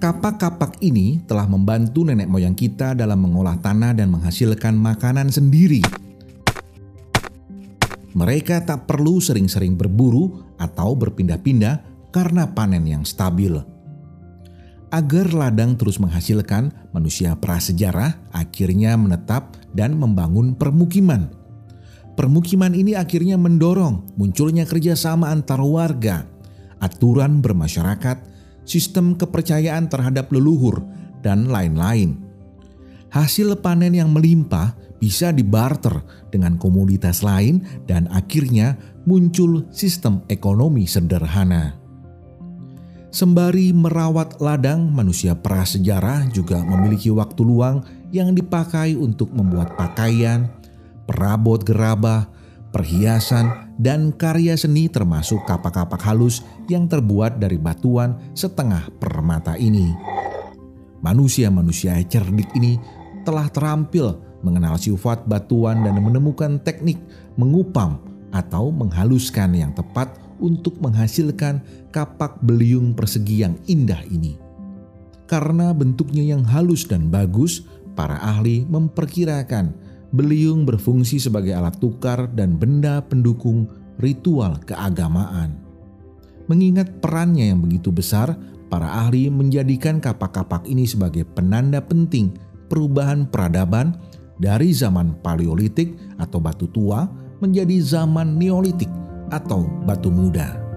Kapak-kapak ini telah membantu nenek moyang kita dalam mengolah tanah dan menghasilkan makanan sendiri. Mereka tak perlu sering-sering berburu atau berpindah-pindah karena panen yang stabil. Agar ladang terus menghasilkan, manusia prasejarah akhirnya menetap dan membangun permukiman. Permukiman ini akhirnya mendorong munculnya kerjasama antar warga, aturan bermasyarakat, sistem kepercayaan terhadap leluhur, dan lain-lain. Hasil panen yang melimpah bisa dibarter dengan komoditas lain dan akhirnya muncul sistem ekonomi sederhana. Sembari merawat ladang, manusia prasejarah juga memiliki waktu luang yang dipakai untuk membuat pakaian, perabot gerabah, perhiasan, dan karya seni termasuk kapak-kapak halus yang terbuat dari batuan setengah permata ini. Manusia-manusia cerdik ini telah terampil mengenal sifat batuan dan menemukan teknik mengupam atau menghaluskan yang tepat untuk menghasilkan kapak beliung persegi yang indah ini. Karena bentuknya yang halus dan bagus, para ahli memperkirakan beliung berfungsi sebagai alat tukar dan benda pendukung ritual keagamaan. Mengingat perannya yang begitu besar, para ahli menjadikan kapak-kapak ini sebagai penanda penting perubahan peradaban dari zaman Paleolitik atau batu tua menjadi zaman Neolitik atau batu muda.